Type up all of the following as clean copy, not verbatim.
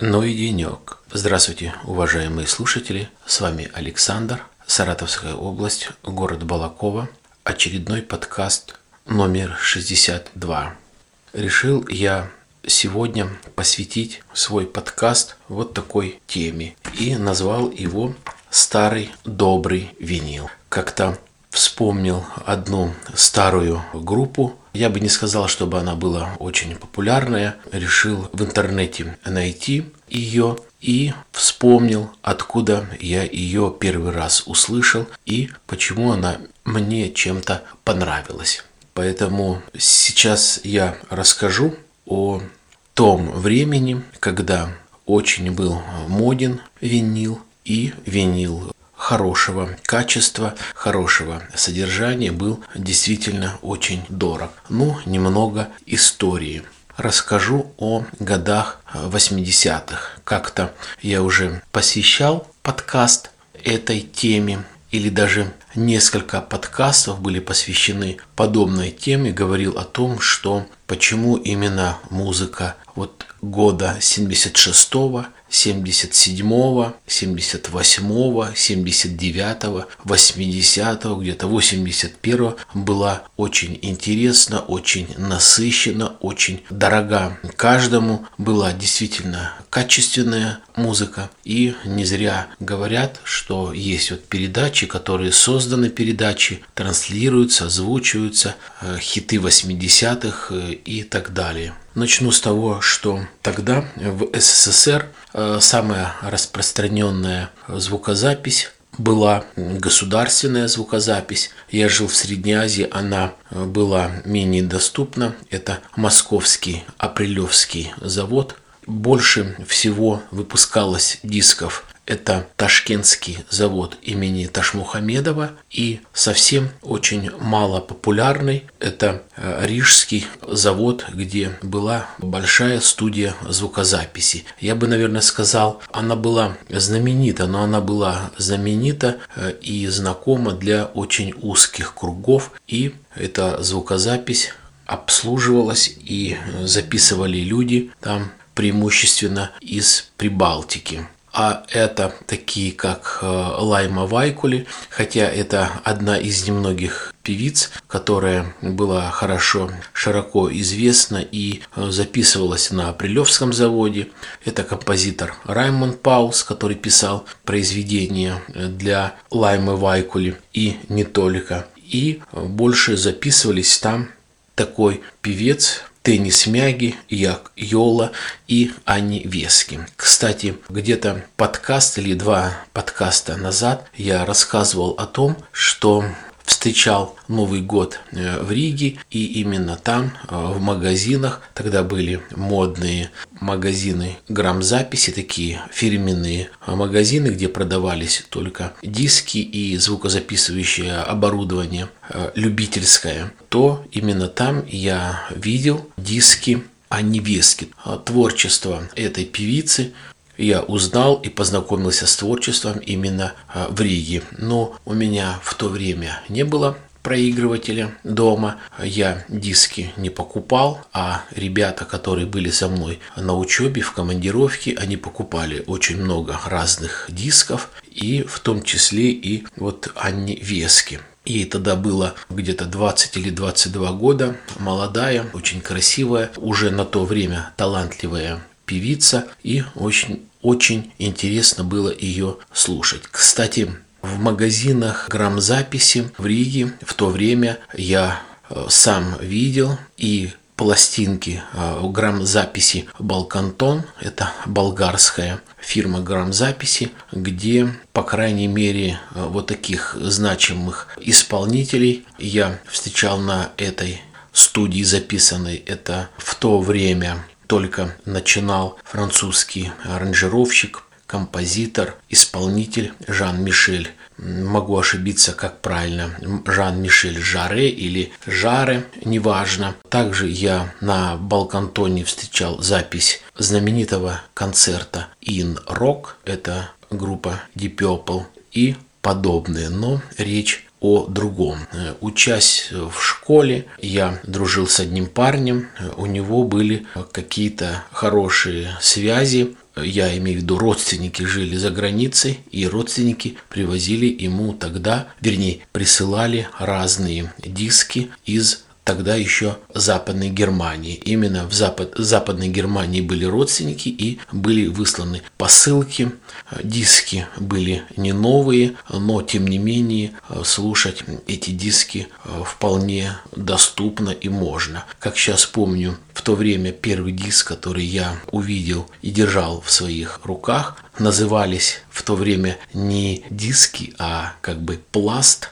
Ну и денек. Здравствуйте, уважаемые слушатели. С вами Александр, Саратовская область, город Балаково. Очередной подкаст номер 62. Решил я сегодня посвятить свой подкаст вот такой теме и назвал его «Старый добрый винил». Как-то вспомнил одну старую группу. Я бы не сказал, чтобы она была очень популярная. Решил в интернете найти ее и вспомнил, откуда я ее первый раз услышал и почему она мне чем-то понравилась. Поэтому сейчас я расскажу о том времени, когда очень был моден винил, и винил хорошего качества, хорошего содержания был действительно очень дорог. Немного истории. Расскажу о годах 80-х. Как-то я уже посвящал подкаст этой теме, или даже несколько подкастов были посвящены подобной теме. Говорил о том, что почему именно музыка года 76-го, 77-го, 78-го, 79-го, 80-го, где-то 81-го была очень интересна, очень насыщена, очень дорога каждому. Была действительно качественная музыка. И не зря говорят, что есть передачи, которые созданы передачи, транслируются, озвучиваются, хиты 80-х и так далее. Начну с того, что тогда в СССР самая распространенная звукозапись была государственная звукозапись. Я жил в Средней Азии, она была менее доступна. Это Московский Апрелевский завод. Больше всего выпускалось дисков. Это Ташкентский завод имени Ташмухамедова, и совсем очень мало популярный это Рижский завод, где была большая студия звукозаписи. Я бы, наверное, сказал, она была знаменита, но она была знаменита и знакома для очень узких кругов, и эта звукозапись обслуживалась и записывали люди там преимущественно из Прибалтики. А это такие, как Лайма Вайкули, хотя это одна из немногих певиц, которая была широко известна и записывалась на Апрелевском заводе. Это композитор Раймонд Паулс, который писал произведения для Лаймы Вайкули и не только. И больше записывались там такой певец Теннис Мяги, Як Йола и Ани Вески. Кстати, где-то подкаст или два подкаста назад я рассказывал о том, что встречал Новый год в Риге, и именно там, в магазинах, тогда были модные магазины грамзаписи, такие фирменные магазины, где продавались только диски и звукозаписывающее оборудование любительское, то именно там я видел диски Ани Вески. Творчество этой певицы я узнал и познакомился с творчеством именно в Риге. Но у меня в то время не было проигрывателя дома, я диски не покупал, а ребята, которые были со мной на учебе, в командировке, они покупали очень много разных дисков, и в том числе и Анни Вески. Ей тогда было где-то 20 или 22 года, молодая, очень красивая, уже на то время талантливая певица, и очень интересно было ее слушать. Кстати, в магазинах грамзаписи в Риге в то время я сам видел и пластинки грамзаписи Балкантон, это болгарская фирма грамзаписи, где, по крайней мере, таких значимых исполнителей я встречал на этой студии записанной. Это в то время только начинал французский аранжировщик, композитор, исполнитель Жан-Мишель. Могу ошибиться, как правильно, Жан-Мишель Жаре или Жаре, неважно. Также я на Балкантоне встречал запись знаменитого концерта In Rock, это группа Deep Purple, и подобные, но речь о другом. Учась в школе, я дружил с одним парнем, у него были какие-то хорошие связи я имею в виду родственники, жили за границей, и родственники привозили ему тогда, вернее, присылали разные диски из тогда еще Западной Германии. Именно в Западной Германии были родственники и были высланы посылки. Диски были не новые, но тем не менее слушать эти диски вполне доступно и можно. Как сейчас помню, в то время первый диск, который я увидел и держал в своих руках, назывались в то время не диски, а как бы пласты.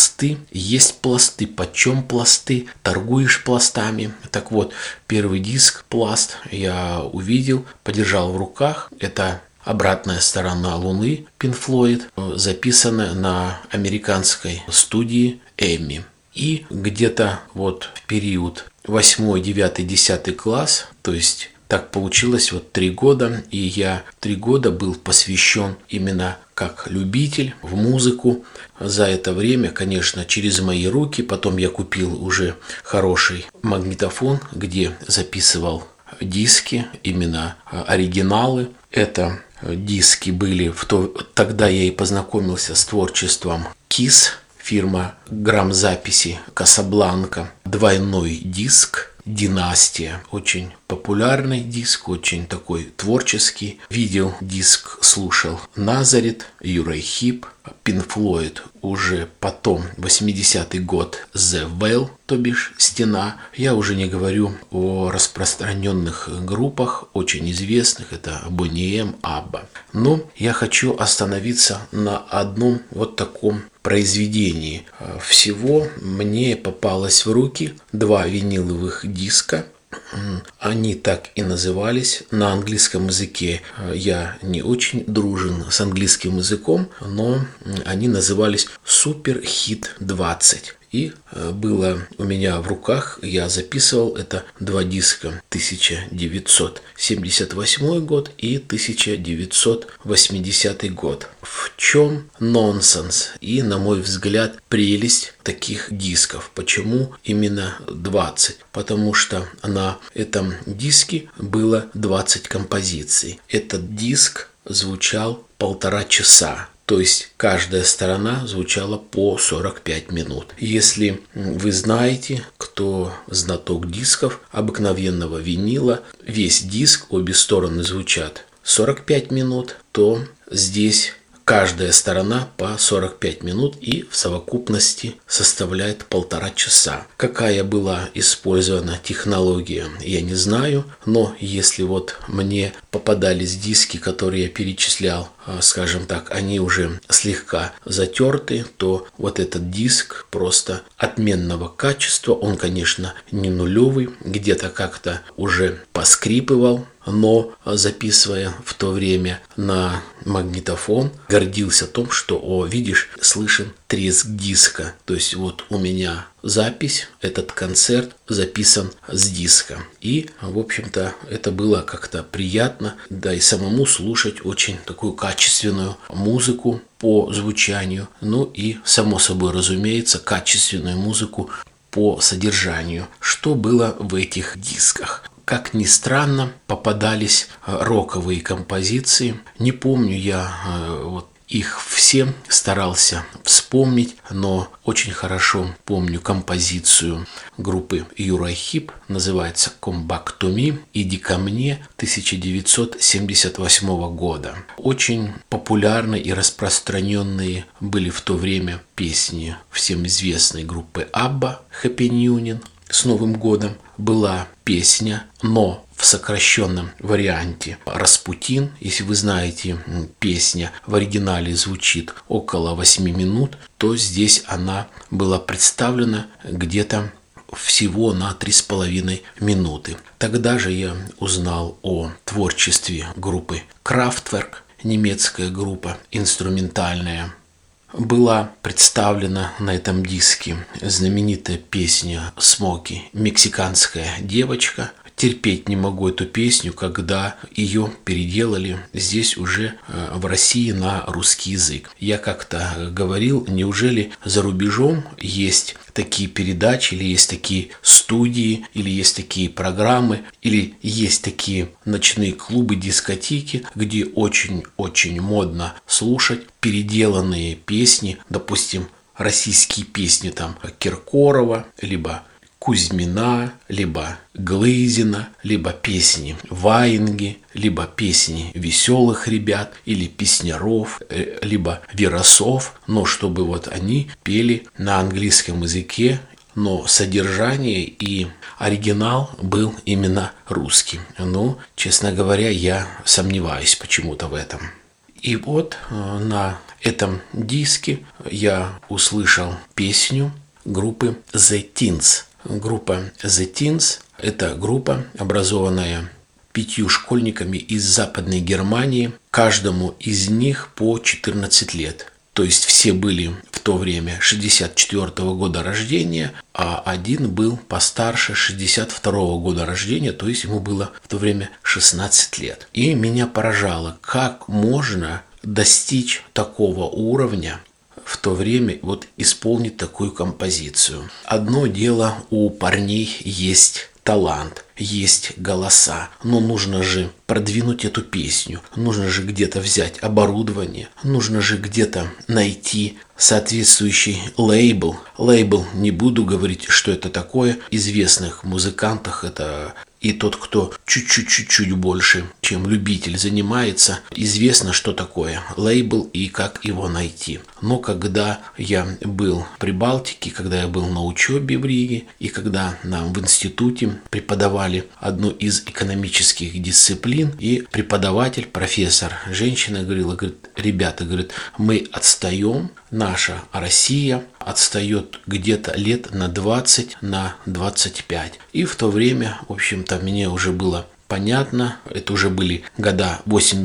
Есть пласты, почем пласты, торгуешь пластами. Так вот, первый диск пласт я увидел, подержал в руках. Это «Обратная сторона Луны» Pink Floyd, записанная на американской студии Эмми. И где-то вот в период 8, 9, 10 класс, то есть так получилось 3 года, и я 3 года был посвящен именно как любитель в музыку. За это время, конечно, через мои руки, потом я купил уже хороший магнитофон, где записывал диски, именно оригиналы. Это диски были, тогда я и познакомился с творчеством KISS, фирма грамзаписи «Касабланка», двойной диск «Династия». Очень популярный диск, очень такой творческий. Видел диск, слушал Назарет, Юрай Хип, Pink Floyd, уже потом 80-й год The Well, то бишь «Стена». Я уже не говорю о распространенных группах, очень известных, это Boney M, ABBA. Но я хочу остановиться на одном вот таком произведении. Всего мне попалось в руки 2 виниловых диска. Они так и назывались на английском языке. Я не очень дружен с английским языком, но они назывались Super Hit 20. И было у меня в руках, я записывал это 2 диска, 1978 год и 1980 год. В чем нонсенс и, на мой взгляд, прелесть таких дисков? Почему именно 20? Потому что на этом диске было 20 композиций. Этот диск звучал 1,5 часа. То есть каждая сторона звучала по 45 минут. Если вы знаете, кто знаток дисков обыкновенного винила, весь диск, обе стороны звучат 45 минут, то здесь каждая сторона по 45 минут и в совокупности составляет 1,5 часа. Какая была использована технология, я не знаю, но если мне попадались диски, которые я перечислял, скажем так, они уже слегка затерты, то этот диск просто отменного качества. Он, конечно, не нулевый, где-то как-то уже поскрипывал, но записывая в то время на магнитофон, гордился том, что, видишь, слышен треск диска. То есть у меня запись, этот концерт записан с диска. И, в общем-то, это было как-то приятно, да и самому слушать очень такую качественную музыку по звучанию, и, само собой разумеется, качественную музыку по содержанию. Что было в этих дисках? Как ни странно, попадались роковые композиции. Не помню я их все, старался вспомнить, но очень хорошо помню композицию группы Юрай Хип, называется «Come Back to Me», «Иди ко мне» 1978 года. Очень популярны и распространенные были в то время песни всем известной группы ABBA «Happy New Year» с Новым годом. Была песня, но в сокращенном варианте «Распутин». Если вы знаете, песня в оригинале звучит около 8 минут, то здесь она была представлена где-то всего на 3,5 минуты. Тогда же я узнал о творчестве группы Kraftwerk, немецкая группа инструментальная. Была представлена на этом диске знаменитая песня «Смоки», «Мексиканская девочка», терпеть не могу эту песню, когда ее переделали здесь уже в России на русский язык. Я как-то говорил, неужели за рубежом есть такие передачи, или есть такие студии, или есть такие программы, или есть такие ночные клубы, дискотеки, где очень-очень модно слушать переделанные песни, допустим, российские песни там Киркорова, либо Кузьмина, либо Глызина, либо песни Ваенги, либо песни веселых ребят, или песняров, либо веросов, но чтобы вот они пели на английском языке, но содержание и оригинал был именно русский. Ну, честно говоря, я сомневаюсь почему-то в этом. И вот на этом диске я услышал песню группы The Teens. Группа The Teens – это группа, образованная 5 школьниками из Западной Германии, каждому из них по 14 лет. То есть все были в то время 64 года рождения, а один был постарше 62 года рождения, то есть ему было в то время 16 лет. И меня поражало, как можно достичь такого уровня, в то время вот исполнить такую композицию. Одно дело, у парней есть талант, есть голоса, но нужно же продвинуть эту песню, нужно же где-то взять оборудование, нужно же где-то найти соответствующий лейбл. Лейбл, не буду говорить, что это такое, известных музыкантах это и тот, кто чуть-чуть больше, чем любитель, занимается, известно, что такое лейбл и как его найти. Но когда я был в Прибалтике, когда я был на учебе в Риге, и когда нам в институте преподавали одну из экономических дисциплин, и преподаватель, профессор, женщина говорила, ребята, говорит, мы отстаем, наша Россия отстает где-то лет на 20, на 25. И в то время, в общем-то, мне уже было понятно, это уже были года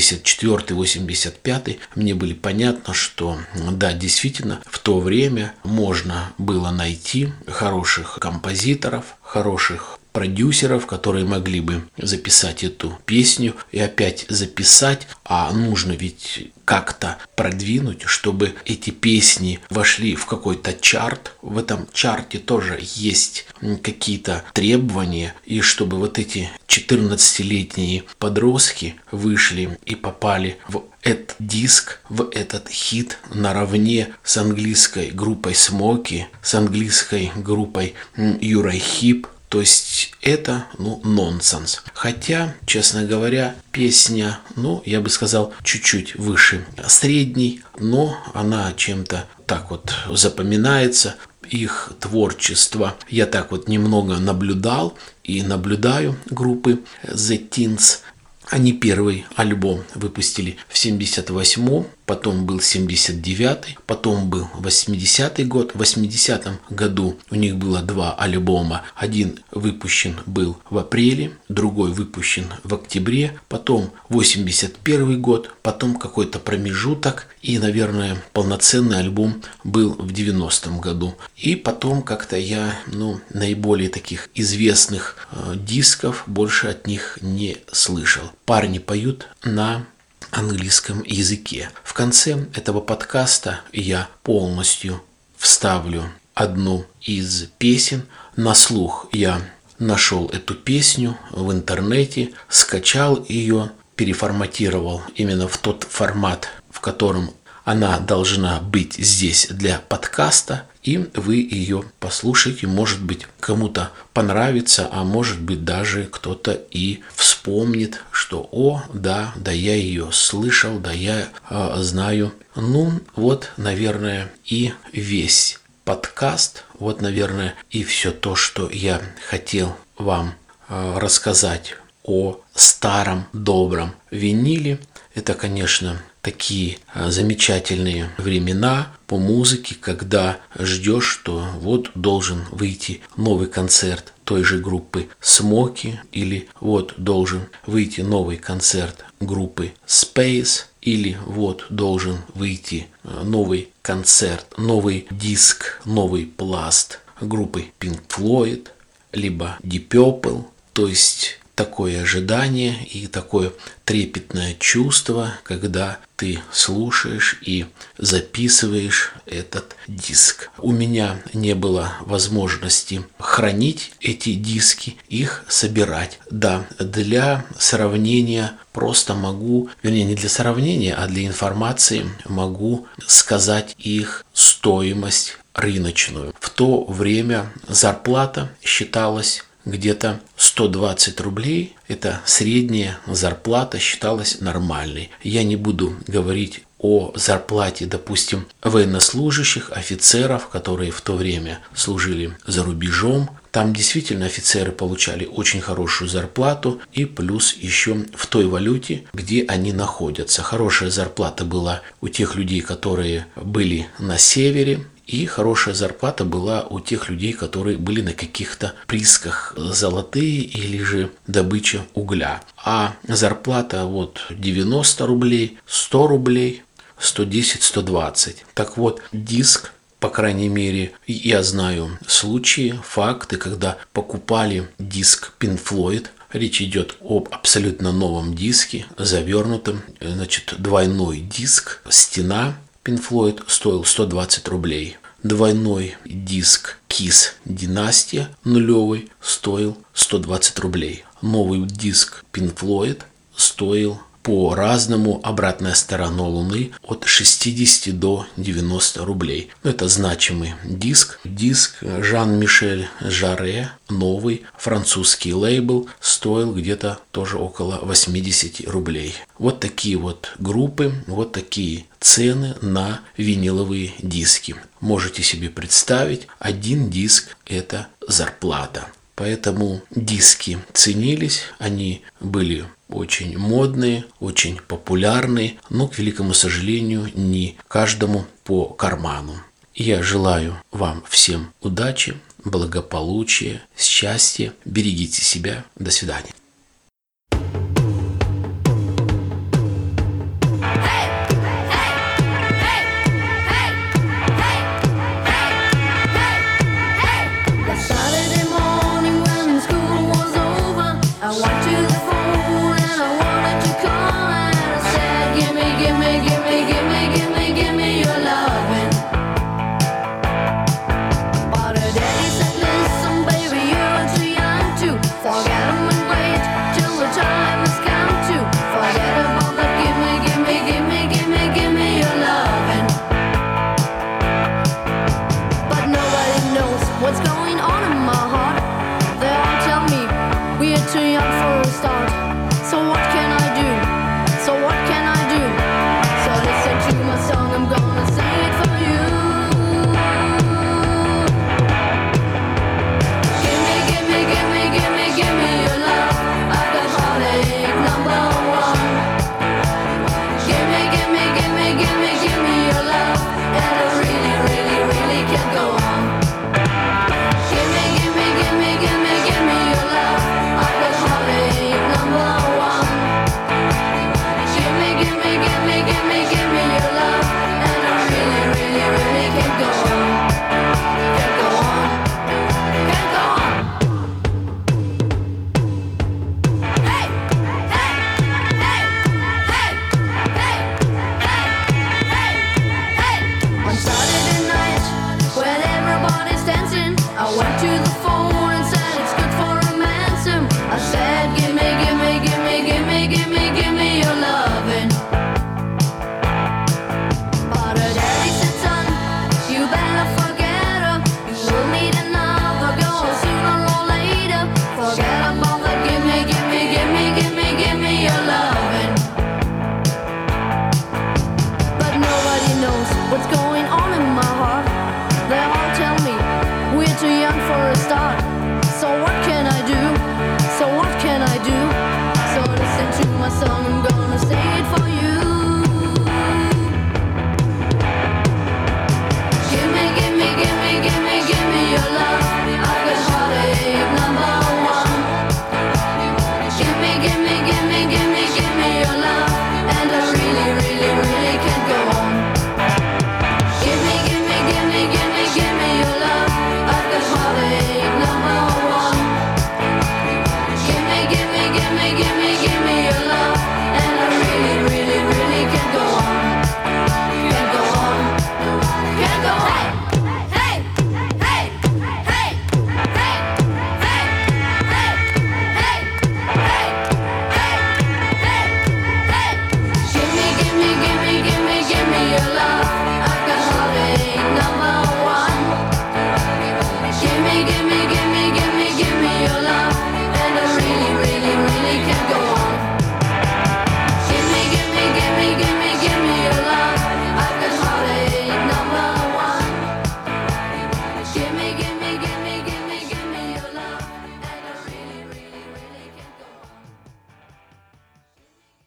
84-85, мне было понятно, что да, действительно, в то время можно было найти хороших композиторов, хороших продюсеров, которые могли бы записать эту песню и опять записать, а нужно ведь как-то продвинуть, чтобы эти песни вошли в какой-то чарт. В этом чарте тоже есть какие-то требования, и чтобы вот эти 14-летние подростки вышли и попали в этот диск, в этот хит наравне с английской группой Смоки, с английской группой Юрой Хип. То есть это, нонсенс. Хотя, честно говоря, песня, я бы сказал, чуть-чуть выше средней, но она чем-то так вот запоминается. Их творчество я так вот немного наблюдал и наблюдаю группы The Teens. Они первый альбом выпустили в 78-м, потом был 79-й, потом был 80-й год. В 80-м году у них было 2 альбома. Один выпущен был в апреле, другой выпущен в октябре, потом 81 год, потом какой-то промежуток и, наверное, полноценный альбом был в 90-м году. И потом как-то я, наиболее таких известных дисков больше от них не слышал. Парни поют на английском языке. В конце этого подкаста я полностью вставлю одну из песен. На слух я нашел эту песню в интернете, скачал ее, переформатировал именно в тот формат, в котором она должна быть здесь для подкаста, и вы ее послушаете. Может быть, кому-то понравится, а может быть, даже кто-то и вспомнит, что да, я ее слышал, да, я знаю. Вот, наверное, и весь подкаст, вот, наверное, и все то, что я хотел вам рассказать о старом добром виниле. Это, конечно, такие замечательные времена по музыке, когда ждешь, что вот должен выйти новый концерт той же группы Смоки, или вот должен выйти новый концерт группы Space, или вот должен выйти новый концерт, новый диск, новый пласт группы Pink Floyd, либо Deep Purple. То есть такое ожидание и такое трепетное чувство, когда ты слушаешь и записываешь этот диск. У меня не было возможности хранить эти диски, их собирать. Да, для сравнения просто могу, вернее, не для сравнения, а для информации могу сказать их стоимость рыночную. В то время зарплата считалась где-то 120 рублей. Это средняя зарплата считалась нормальной. Я не буду говорить о зарплате, допустим, военнослужащих, офицеров, которые в то время служили за рубежом. Там действительно офицеры получали очень хорошую зарплату и плюс еще в той валюте, где они находятся. Хорошая зарплата была у тех людей, которые были на севере, и хорошая зарплата была у тех людей, которые были на каких-то приисках золотые или же добыча угля. А зарплата вот 90 рублей, 100 рублей, 110, 120. Так вот, диск, по крайней мере, я знаю случаи, факты, когда покупали диск Pink Floyd. Речь идет об абсолютно новом диске, завернутом, значит, двойной диск, стена. Pink Floyd стоил 120 рублей. Двойной диск Kiss Династия нулевый стоил 120 рублей. Новый диск Pink Floyd стоил по-разному, обратная сторона Луны, от 60 до 90 рублей. Это значимый диск. Диск Жан-Мишель Жарре, новый французский лейбл, стоил где-то тоже около 80 рублей. Вот такие вот группы, вот такие цены на виниловые диски. Можете себе представить, один диск – это зарплата. Поэтому диски ценились, они были очень модные, очень популярные, но, к великому сожалению, не каждому по карману. Я желаю вам всем удачи, благополучия, счастья. Берегите себя. До свидания.